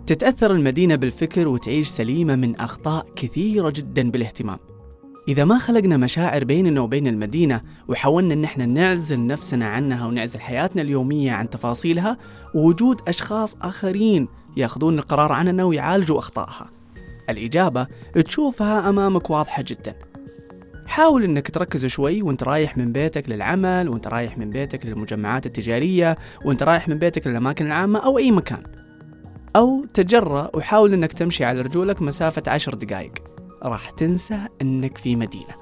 تتأثر المدينة بالفكر وتعيش سليمة من أخطاء كثيرة جدا بالاهتمام. إذا ما خلقنا مشاعر بيننا وبين المدينة وحاولنا إن احنا نعزل نفسنا عنها ونعزل حياتنا اليومية عن تفاصيلها، ووجود أشخاص آخرين ياخذون القرار عننا ويعالجوا أخطائها، الإجابة تشوفها أمامك واضحة جدا. حاول إنك تركز شوي وانت رايح من بيتك للعمل، وانت رايح من بيتك للمجمعات التجارية، وانت رايح من بيتك للأماكن العامة أو أي مكان، أو تجرأ وحاول إنك تمشي على رجولك مسافة 10 دقائق، راح تنسى إنك في مدينة.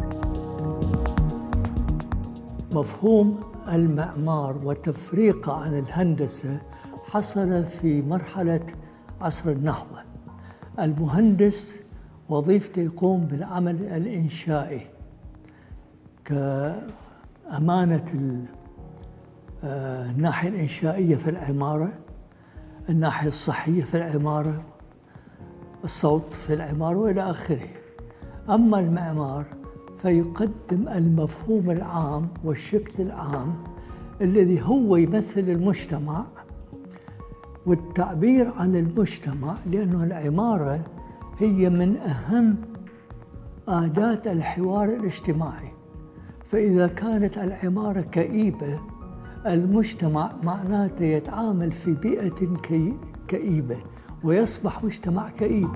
مفهوم المعمار وتفريقه عن الهندسة حصل في مرحلة عصر النهضة. المهندس وظيفته يقوم بالعمل الإنشائي كأمانة الناحية الإنشائية في العمارة، الناحية الصحية في العمارة، الصوت في العمارة وإلى آخره. أما المعمار فيقدم المفهوم العام والشكل العام الذي هو يمثل المجتمع والتعبير عن المجتمع، لأنه العمارة هي من أهم أداة الحوار الاجتماعي. فإذا كانت العمارة كئيبة، المجتمع معناته يتعامل في بيئة كئيبة ويصبح مجتمع كئيب.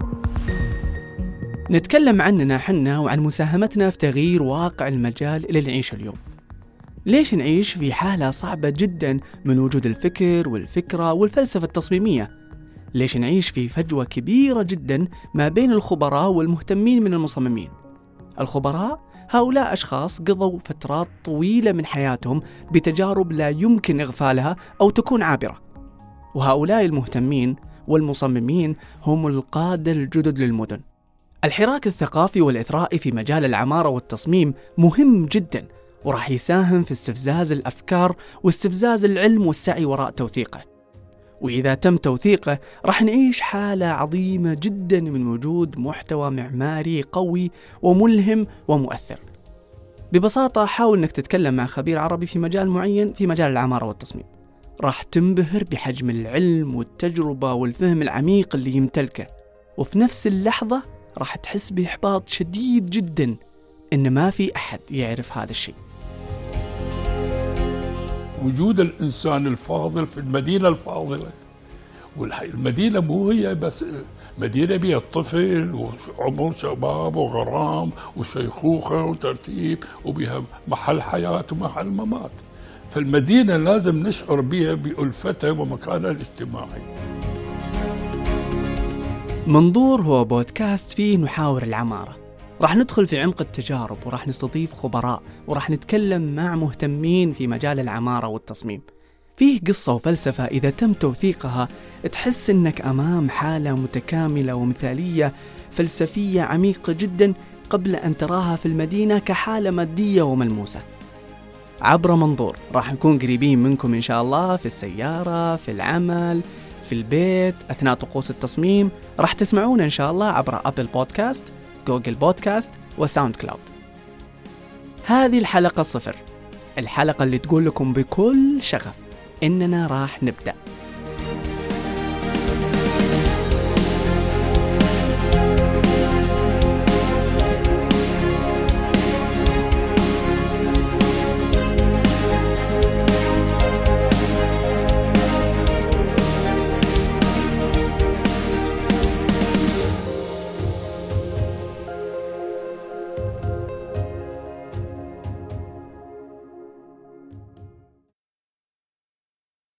نتكلم عننا حنا وعن مساهمتنا في تغيير واقع المجال اللي نعيشه اليوم. ليش نعيش في حالة صعبة جدا من وجود الفكر والفكرة والفلسفة التصميمية؟ ليش نعيش في فجوة كبيرة جدا ما بين الخبراء والمهتمين من المصممين؟ الخبراء هؤلاء أشخاص قضوا فترات طويلة من حياتهم بتجارب لا يمكن إغفالها أو تكون عابرة، وهؤلاء المهتمين والمصممين هم القادة الجدد للمدن. الحراك الثقافي والإثرائي في مجال العمارة والتصميم مهم جدا، وراح يساهم في استفزاز الأفكار واستفزاز العلم والسعي وراء توثيقه. وإذا تم توثيقه راح نعيش حالة عظيمة جدا من وجود محتوى معماري قوي وملهم ومؤثر. ببساطة حاول أنك تتكلم مع خبير عربي في مجال معين في مجال العمارة والتصميم، راح تنبهر بحجم العلم والتجربة والفهم العميق اللي يمتلكه، وفي نفس اللحظة راح تحس بإحباط شديد جدا إن ما في أحد يعرف هذا الشيء. وجود الإنسان الفاضل في المدينة الفاضلة، والمدينة مو هي بس مدينة بها الطفل وعمر شباب وغرام وشيخوخة وترتيب، وبها محل حياة ومحل ممات. فالمدينة لازم نشعر بها بألفتها ومكانها الاجتماعي. منظور هو بودكاست فيه نحاور العمارة، راح ندخل في عمق التجارب، وراح نستضيف خبراء، وراح نتكلم مع مهتمين في مجال العمارة والتصميم. فيه قصة وفلسفة إذا تم توثيقها تحس إنك أمام حالة متكاملة ومثالية فلسفية عميقة جدا قبل أن تراها في المدينة كحالة مادية وملموسة. عبر منظور راح نكون قريبين منكم إن شاء الله، في السيارة، في العمل، في البيت، أثناء طقوس التصميم. راح تسمعونا إن شاء الله عبر أبل بودكاست، جوجل بودكاست وساوند كلاود. هذه الحلقة 0، الحلقة اللي تقول لكم بكل شغف إننا راح نبدأ.